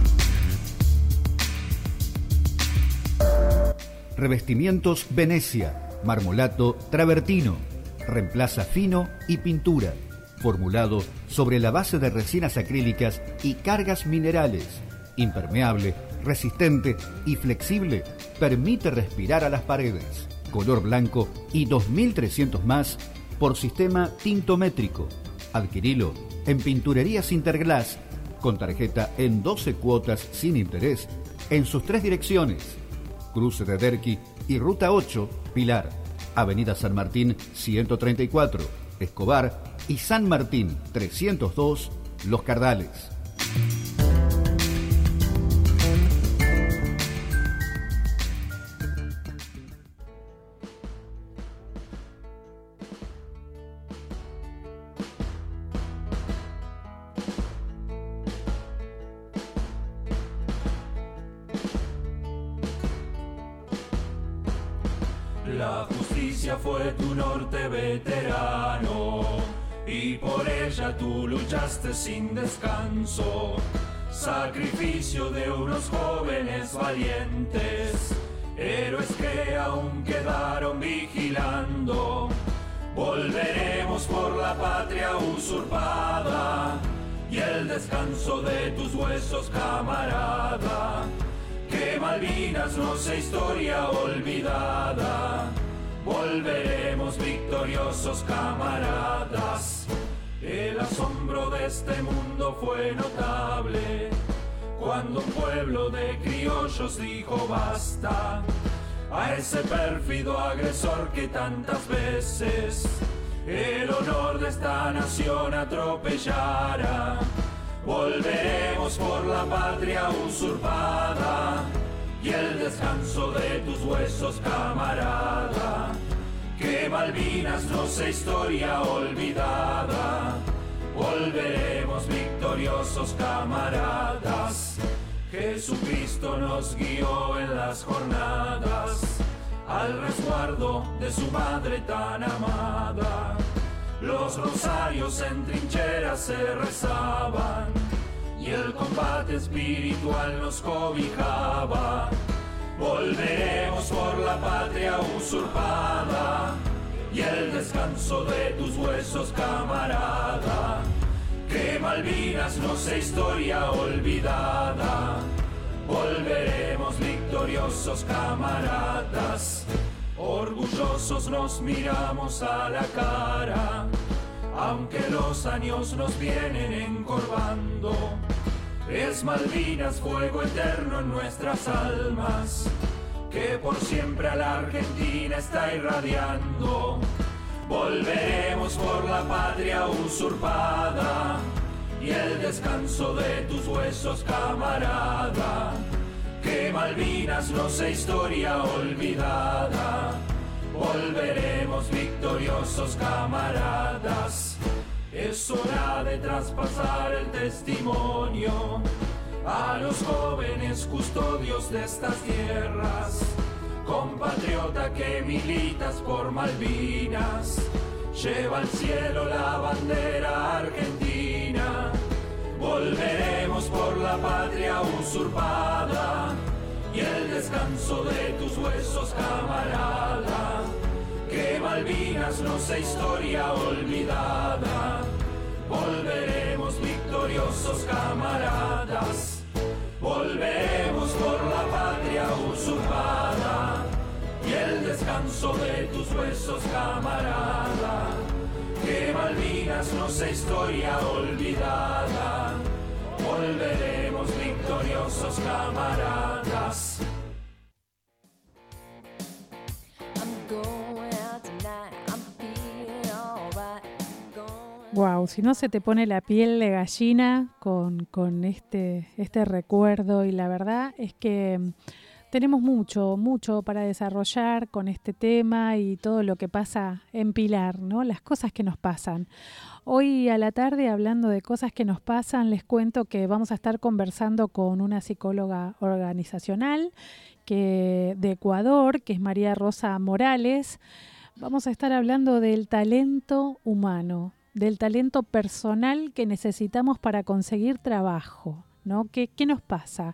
Revestimientos Venecia, marmolato travertino, reemplaza fino y pintura, formulado sobre la base de resinas acrílicas y cargas minerales, impermeable, resistente y flexible, permite respirar a las paredes, color blanco y dos mil trescientos más por sistema tintométrico. Adquirilo en Pinturerías Interglass, con tarjeta en doce cuotas sin interés, en sus tres direcciones: Cruce de Derqui y Ruta ocho, Pilar, Avenida San Martín ciento treinta y cuatro, Escobar, y San Martín trescientos dos, Los Cardales. La justicia fue tu norte veterano y por ella tú luchaste sin descanso. Sacrificio de unos jóvenes valientes, héroes que aún quedaron vigilando. Volveremos por la patria usurpada y el descanso de tus huesos, camarada. Que Malvinas no sea historia olvidada. Volveremos victoriosos, camaradas. El asombro de este mundo fue notable cuando un pueblo de criollos dijo basta a ese pérfido agresor que tantas veces el honor de esta nación atropellara. Volveremos por la patria usurpada y el descanso de tus huesos, camarada. Que Malvinas no sea historia olvidada. Volveremos victoriosos, camaradas. Jesucristo nos guió en las jornadas al resguardo de su madre tan amada. Los rosarios en trincheras se rezaban y el combate espiritual nos cobijaba. Volveremos por la patria usurpada y el descanso de tus huesos, camarada. Que Malvinas no sea historia olvidada. Volveremos victoriosos, camaradas. Orgullosos nos miramos a la cara, aunque los años nos vienen encorvando. Es Malvinas fuego eterno en nuestras almas, que por siempre a la Argentina está irradiando. Volveremos por la patria usurpada y el descanso de tus huesos, camarada. Que Malvinas no sea historia olvidada. Volveremos victoriosos, camaradas. Es hora de traspasar el testimonio a los jóvenes custodios de estas tierras. Compatriota que militas por Malvinas, lleva al cielo la bandera argentina. Volveremos por la patria usurpada y el descanso de tus huesos, camarada. Que Malvinas no sea historia olvidada. Volveremos victoriosos, camaradas. Volveremos por la patria usurpada y el descanso de tus huesos, camarada. Que Malvinas no sea historia olvidada. Volveremos victoriosos, camaradas. I'm going out tonight. I'm feeling Wow, si no se te pone la piel de gallina con, con este, este recuerdo, y la verdad es que tenemos mucho, mucho para desarrollar con este tema y todo lo que pasa en Pilar, ¿no? Las cosas que nos pasan. Hoy a la tarde, hablando de cosas que nos pasan, les cuento que vamos a estar conversando con una psicóloga organizacional que, de Ecuador, que es María Rosa Morales. Vamos a estar hablando del talento humano, del talento personal que necesitamos para conseguir trabajo, ¿no? ¿Qué, qué nos pasa?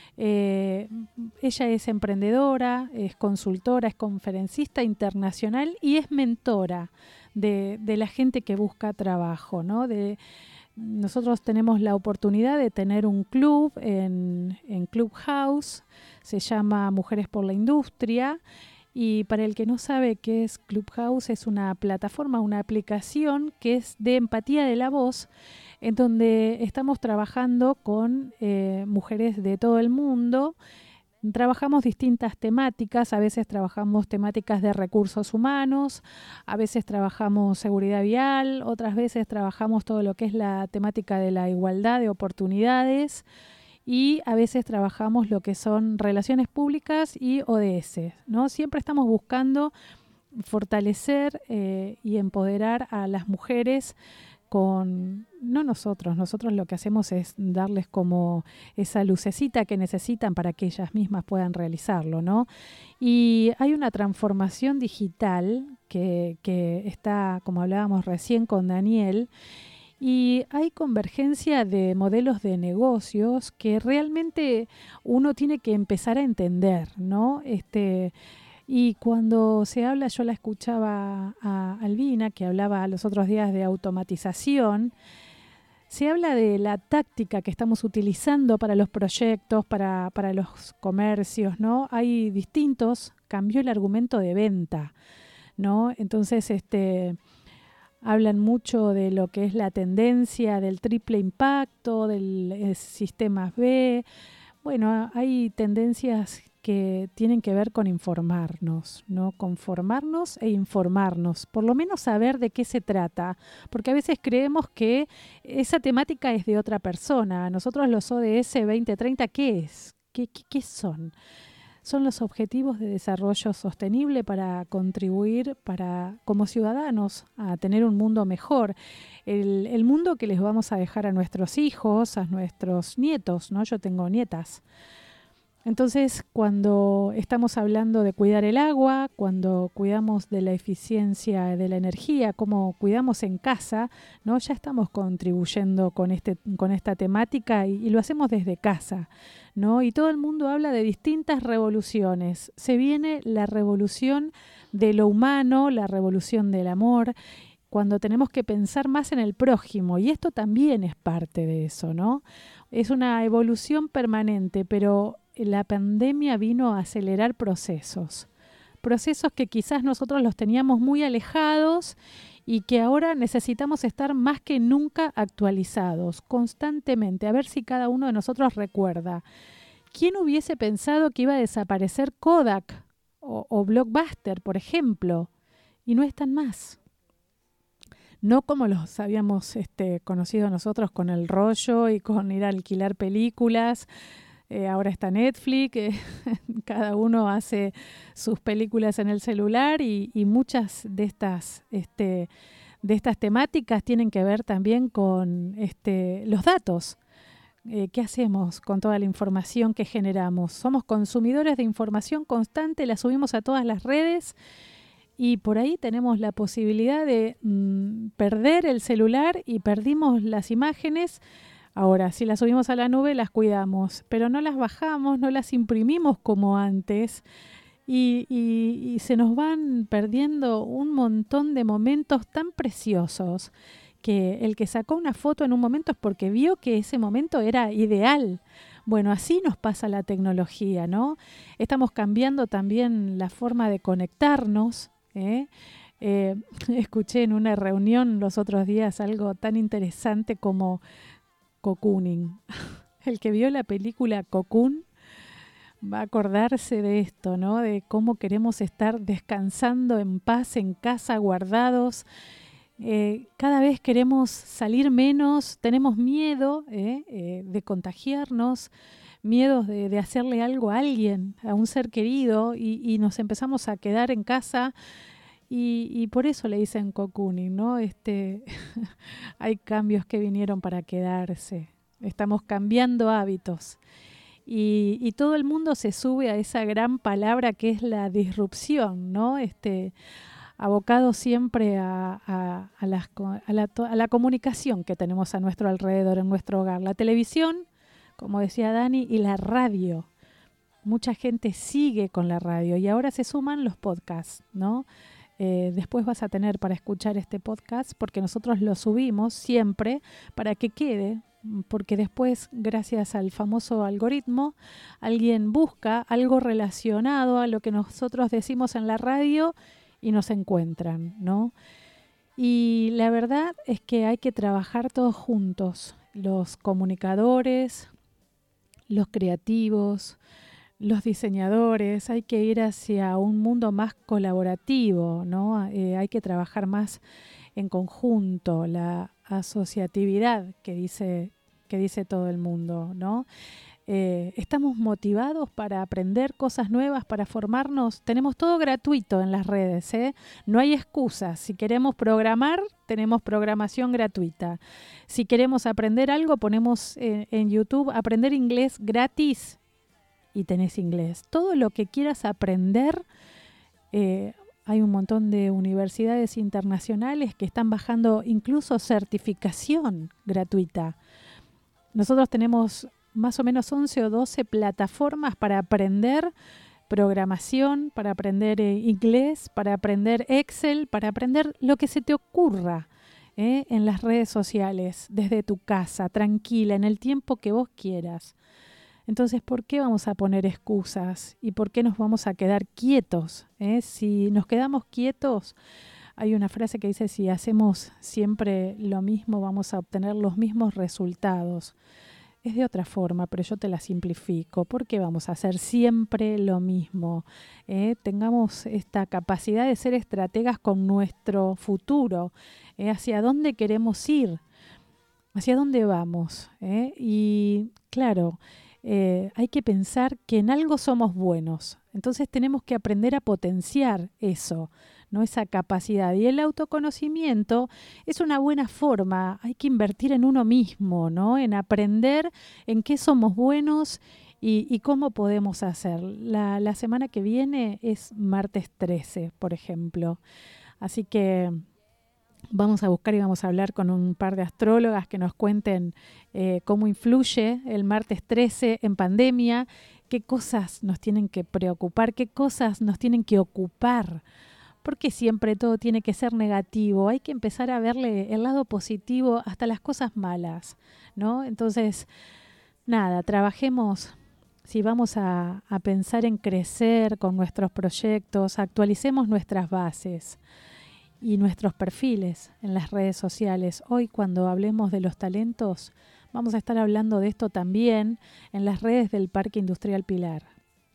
Eh, ella es emprendedora, es consultora, es conferencista internacional y es mentora de, de la gente que busca trabajo, ¿no? De, nosotros tenemos la oportunidad de tener un club en, en Clubhouse, se llama Mujeres por la Industria. Y para el que no sabe qué es Clubhouse, es una plataforma, una aplicación que es de empatía de la voz, en donde estamos trabajando con eh, mujeres de todo el mundo. Trabajamos distintas temáticas, a veces trabajamos temáticas de recursos humanos, a veces trabajamos seguridad vial, otras veces trabajamos todo lo que es la temática de la igualdad de oportunidades, y a veces trabajamos lo que son relaciones públicas y O D S, ¿no? Siempre estamos buscando fortalecer eh, y empoderar a las mujeres con, no nosotros, nosotros lo que hacemos es darles como esa lucecita que necesitan para que ellas mismas puedan realizarlo, ¿no? Y hay una transformación digital que, que está, como hablábamos recién con Daniel, y hay convergencia de modelos de negocios que realmente uno tiene que empezar a entender, ¿no? Este, y cuando se habla, yo la escuchaba a Albina, que hablaba los otros días de automatización, se habla de la táctica que estamos utilizando para los proyectos, para, para los comercios, ¿no? Hay distintos, cambió el argumento de venta, ¿no? Entonces, este... hablan mucho de lo que es la tendencia del triple impacto, del eh, sistemas B. Bueno, hay tendencias que tienen que ver con informarnos, ¿no? Conformarnos e informarnos, por lo menos saber de qué se trata, porque a veces creemos que esa temática es de otra persona. Nosotros los O D S veinte treinta, ¿qué es? ¿Qué, qué, qué son? Son los objetivos de desarrollo sostenible para contribuir para, como ciudadanos, a tener un mundo mejor. El, el mundo que les vamos a dejar a nuestros hijos, a nuestros nietos, ¿no? Yo tengo nietas. Entonces, cuando estamos hablando de cuidar el agua, cuando cuidamos de la eficiencia de la energía, cómo cuidamos en casa, ¿no? Ya estamos contribuyendo con, este, con esta temática y, y lo hacemos desde casa, ¿no? Y todo el mundo habla de distintas revoluciones. Se viene la revolución de lo humano, la revolución del amor, cuando tenemos que pensar más en el prójimo, y esto también es parte de eso, ¿no? Es una evolución permanente, pero la pandemia vino a acelerar procesos, procesos que quizás nosotros los teníamos muy alejados y que ahora necesitamos estar más que nunca actualizados, constantemente. A ver si cada uno de nosotros recuerda. ¿Quién hubiese pensado que iba a desaparecer Kodak o, o Blockbuster, por ejemplo? Y no están más. No como los habíamos este, conocido nosotros con el rollo y con ir a alquilar películas. Eh, ahora está Netflix, eh, cada uno hace sus películas en el celular y, y muchas de estas, este, de estas temáticas tienen que ver también con este, los datos. Eh, ¿Qué hacemos con toda la información que generamos? Somos consumidores de información constante, la subimos a todas las redes y por ahí tenemos la posibilidad de mm, perder el celular y perdimos las imágenes. Ahora, si las subimos a la nube, las cuidamos, pero no las bajamos, no las imprimimos como antes y, y, y se nos van perdiendo un montón de momentos tan preciosos que el que sacó una foto en un momento es porque vio que ese momento era ideal. Bueno, así nos pasa la tecnología, ¿no? Estamos cambiando también la forma de conectarnos, ¿eh? Eh, escuché en una reunión los otros días algo tan interesante como cocooning. El que vio la película Cocoon va a acordarse de esto, ¿no? De cómo queremos estar descansando en paz en casa, guardados, Eh, cada vez queremos salir menos, tenemos miedo eh, eh, de contagiarnos, miedos de, de hacerle algo a alguien, a un ser querido, y, y nos empezamos a quedar en casa, y, y por eso le dicen cocooning, ¿no? Este, hay cambios que vinieron para quedarse, estamos cambiando hábitos, y, y todo el mundo se sube a esa gran palabra que es la disrupción, ¿no? Este, abocado siempre a, a, a, las, a, la, a la comunicación que tenemos a nuestro alrededor, en nuestro hogar. La televisión, como decía Dani, y la radio. Mucha gente sigue con la radio y ahora se suman los podcasts, ¿no? Eh, después vas a tener para escuchar este podcast porque nosotros lo subimos siempre para que quede, porque después, gracias al famoso algoritmo, alguien busca algo relacionado a lo que nosotros decimos en la radio y nos encuentran, ¿no? Y la verdad es que hay que trabajar todos juntos, los comunicadores, los creativos, los diseñadores, hay que ir hacia un mundo más colaborativo, ¿no? Eh, hay que trabajar más en conjunto, la asociatividad que dice, que dice todo el mundo, ¿no? Eh, estamos motivados para aprender cosas nuevas, para formarnos. Tenemos todo gratuito en las redes, ¿eh? No hay excusas. Si queremos programar, tenemos programación gratuita. Si queremos aprender algo, ponemos eh, en YouTube aprender inglés gratis y tenés inglés. Todo lo que quieras aprender, eh, hay un montón de universidades internacionales que están bajando incluso certificación gratuita. Nosotros tenemos más o menos once o doce plataformas para aprender programación, para aprender eh, inglés, para aprender Excel, para aprender lo que se te ocurra eh, en las redes sociales, desde tu casa, tranquila, en el tiempo que vos quieras. Entonces, ¿por qué vamos a poner excusas? ¿Y por qué nos vamos a quedar quietos? Eh? Si nos quedamos quietos, hay una frase que dice, si hacemos siempre lo mismo, vamos a obtener los mismos resultados. Es de otra forma, pero yo te la simplifico. ¿Por qué vamos a hacer siempre lo mismo? Eh, tengamos esta capacidad de ser estrategas con nuestro futuro. Eh, ¿Hacia dónde queremos ir? ¿Hacia dónde vamos? Eh? Y claro, eh, hay que pensar que en algo somos buenos. Entonces tenemos que aprender a potenciar eso, ¿no? Esa capacidad. Y el autoconocimiento es una buena forma. Hay que invertir en uno mismo, ¿no? En aprender en qué somos buenos y, y cómo podemos hacer. La, la semana que viene es martes trece, por ejemplo. Así que vamos a buscar y vamos a hablar con un par de astrólogas que nos cuenten eh, cómo influye el martes trece en pandemia, qué cosas nos tienen que preocupar, qué cosas nos tienen que ocupar. Porque siempre todo tiene que ser negativo, hay que empezar a verle el lado positivo hasta las cosas malas, ¿no? Entonces, nada, trabajemos, si vamos a, a pensar en crecer con nuestros proyectos, actualicemos nuestras bases y nuestros perfiles en las redes sociales. Hoy, cuando hablemos de los talentos, vamos a estar hablando de esto también en las redes del Parque Industrial Pilar.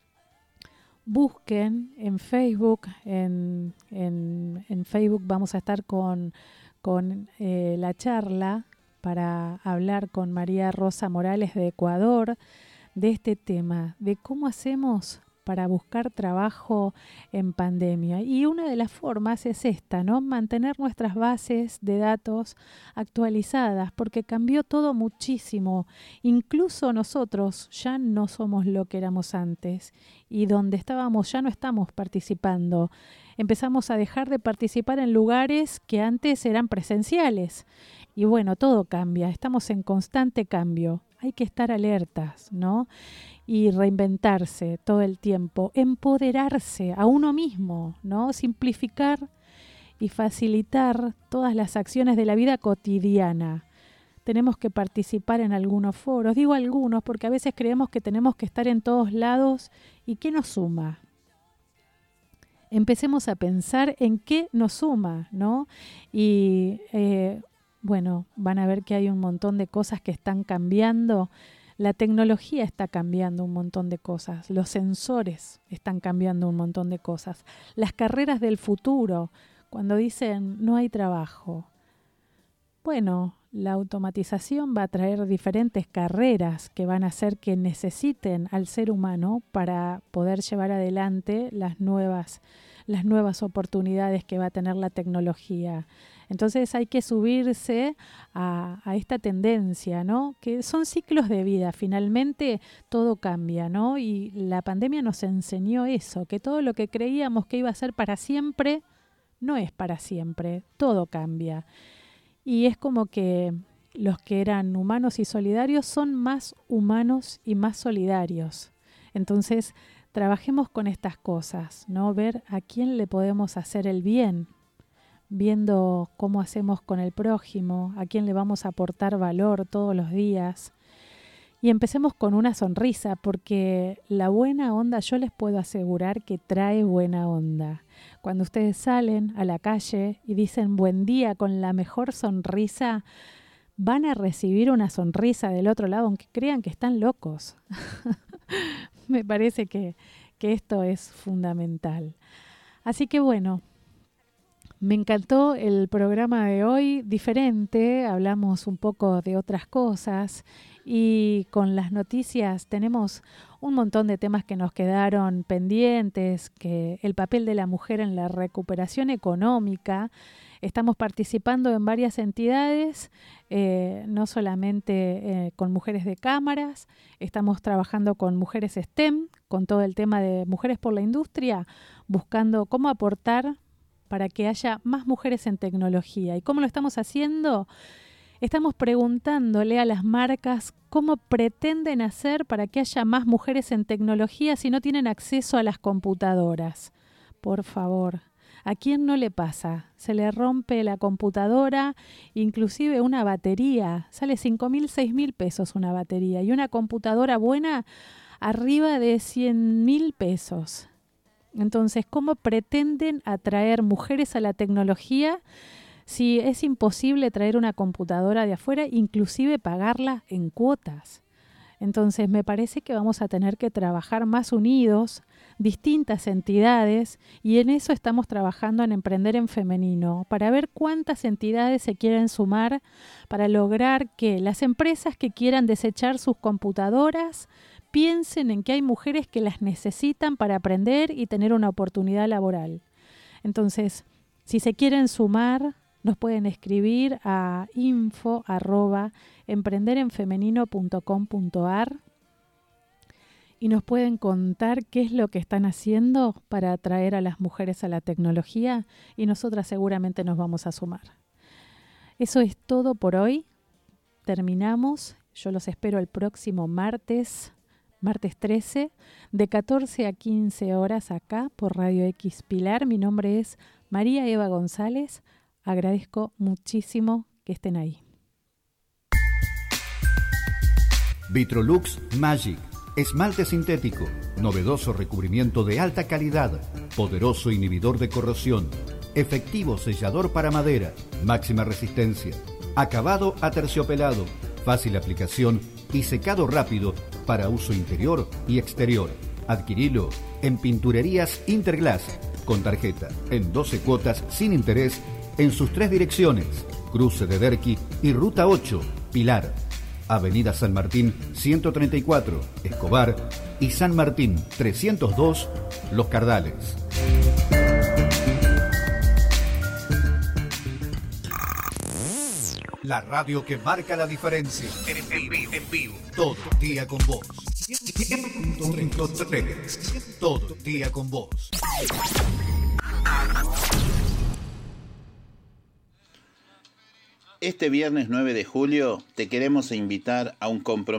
Busquen en Facebook, en, en, en Facebook vamos a estar con, con eh, la charla para hablar con María Rosa Morales de Ecuador de este tema, de cómo hacemos para buscar trabajo en pandemia. Y una de las formas es esta, ¿no? Mantener nuestras bases de datos actualizadas, porque cambió todo muchísimo. Incluso nosotros ya no somos lo que éramos antes y donde estábamos ya no estamos participando. Empezamos a dejar de participar en lugares que antes eran presenciales. Y bueno, todo cambia, estamos en constante cambio. Hay que estar alertas, ¿no? Y reinventarse todo el tiempo, empoderarse a uno mismo, ¿no? Simplificar y facilitar todas las acciones de la vida cotidiana. Tenemos que participar en algunos foros, digo algunos porque a veces creemos que tenemos que estar en todos lados. ¿Y qué nos suma? Empecemos a pensar en qué nos suma, ¿no? Y eh, bueno, van a ver que hay un montón de cosas que están cambiando. La tecnología está cambiando un montón de cosas, los sensores están cambiando un montón de cosas, las carreras del futuro, cuando dicen no hay trabajo. Bueno, la automatización va a traer diferentes carreras que van a hacer que necesiten al ser humano para poder llevar adelante las nuevas, las nuevas oportunidades que va a tener la tecnología. Entonces hay que subirse a, a esta tendencia, ¿no? Que son ciclos de vida, finalmente todo cambia, ¿no? Y la pandemia nos enseñó eso, que todo lo que creíamos que iba a ser para siempre, no es para siempre, todo cambia. Y es como que los que eran humanos y solidarios son más humanos y más solidarios. Entonces, trabajemos con estas cosas, ¿no? Ver a quién le podemos hacer el bien, viendo cómo hacemos con el prójimo, a quién le vamos a aportar valor todos los días. Y empecemos con una sonrisa, porque la buena onda, yo les puedo asegurar que trae buena onda. Cuando ustedes salen a la calle y dicen buen día con la mejor sonrisa, van a recibir una sonrisa del otro lado, aunque crean que están locos. Me parece que, que esto es fundamental. Así que bueno, me encantó el programa de hoy, diferente, hablamos un poco de otras cosas y con las noticias tenemos un montón de temas que nos quedaron pendientes, que el papel de la mujer en la recuperación económica. Estamos participando en varias entidades, eh, no solamente eh, con mujeres de cámaras, estamos trabajando con mujeres STEM, con todo el tema de mujeres por la industria, buscando cómo aportar para que haya más mujeres en tecnología. ¿Y cómo lo estamos haciendo? Estamos preguntándole a las marcas cómo pretenden hacer para que haya más mujeres en tecnología si no tienen acceso a las computadoras. Por favor, ¿a quién no le pasa? Se le rompe la computadora, inclusive una batería. Sale cinco mil, seis mil pesos una batería. Y una computadora buena arriba de cien mil pesos. Entonces, ¿cómo pretenden atraer mujeres a la tecnología si es imposible traer una computadora de afuera, inclusive pagarla en cuotas? Entonces, me parece que vamos a tener que trabajar más unidos, distintas entidades, y en eso estamos trabajando en Emprender en Femenino, para ver cuántas entidades se quieren sumar para lograr que las empresas que quieran desechar sus computadoras piensen en que hay mujeres que las necesitan para aprender y tener una oportunidad laboral. Entonces, si se quieren sumar, nos pueden escribir a info arroba emprenderenfemenino punto com punto ar y nos pueden contar qué es lo que están haciendo para atraer a las mujeres a la tecnología y nosotras seguramente nos vamos a sumar. Eso es todo por hoy. Terminamos. Yo los espero el próximo martes. Martes trece, de catorce a quince horas acá por Radio X Pilar. Mi nombre es María Eva González. Agradezco muchísimo que estén ahí. Vitrolux Magic. Esmalte sintético. Novedoso recubrimiento de alta calidad. Poderoso inhibidor de corrosión. Efectivo sellador para madera. Máxima resistencia. Acabado aterciopelado. Fácil aplicación y secado rápido para uso interior y exterior. Adquirilo en Pinturerías Interglass con tarjeta en doce cuotas sin interés en sus tres direcciones: Cruce de Derqui y Ruta ocho, Pilar, Avenida San Martín ciento treinta y cuatro, Escobar, y San Martín trescientos dos, Los Cardales. La radio que marca la diferencia. En vivo, en vivo. Todo el día con vos. Todo el día con vos. Este viernes nueve de julio te queremos invitar a un compromiso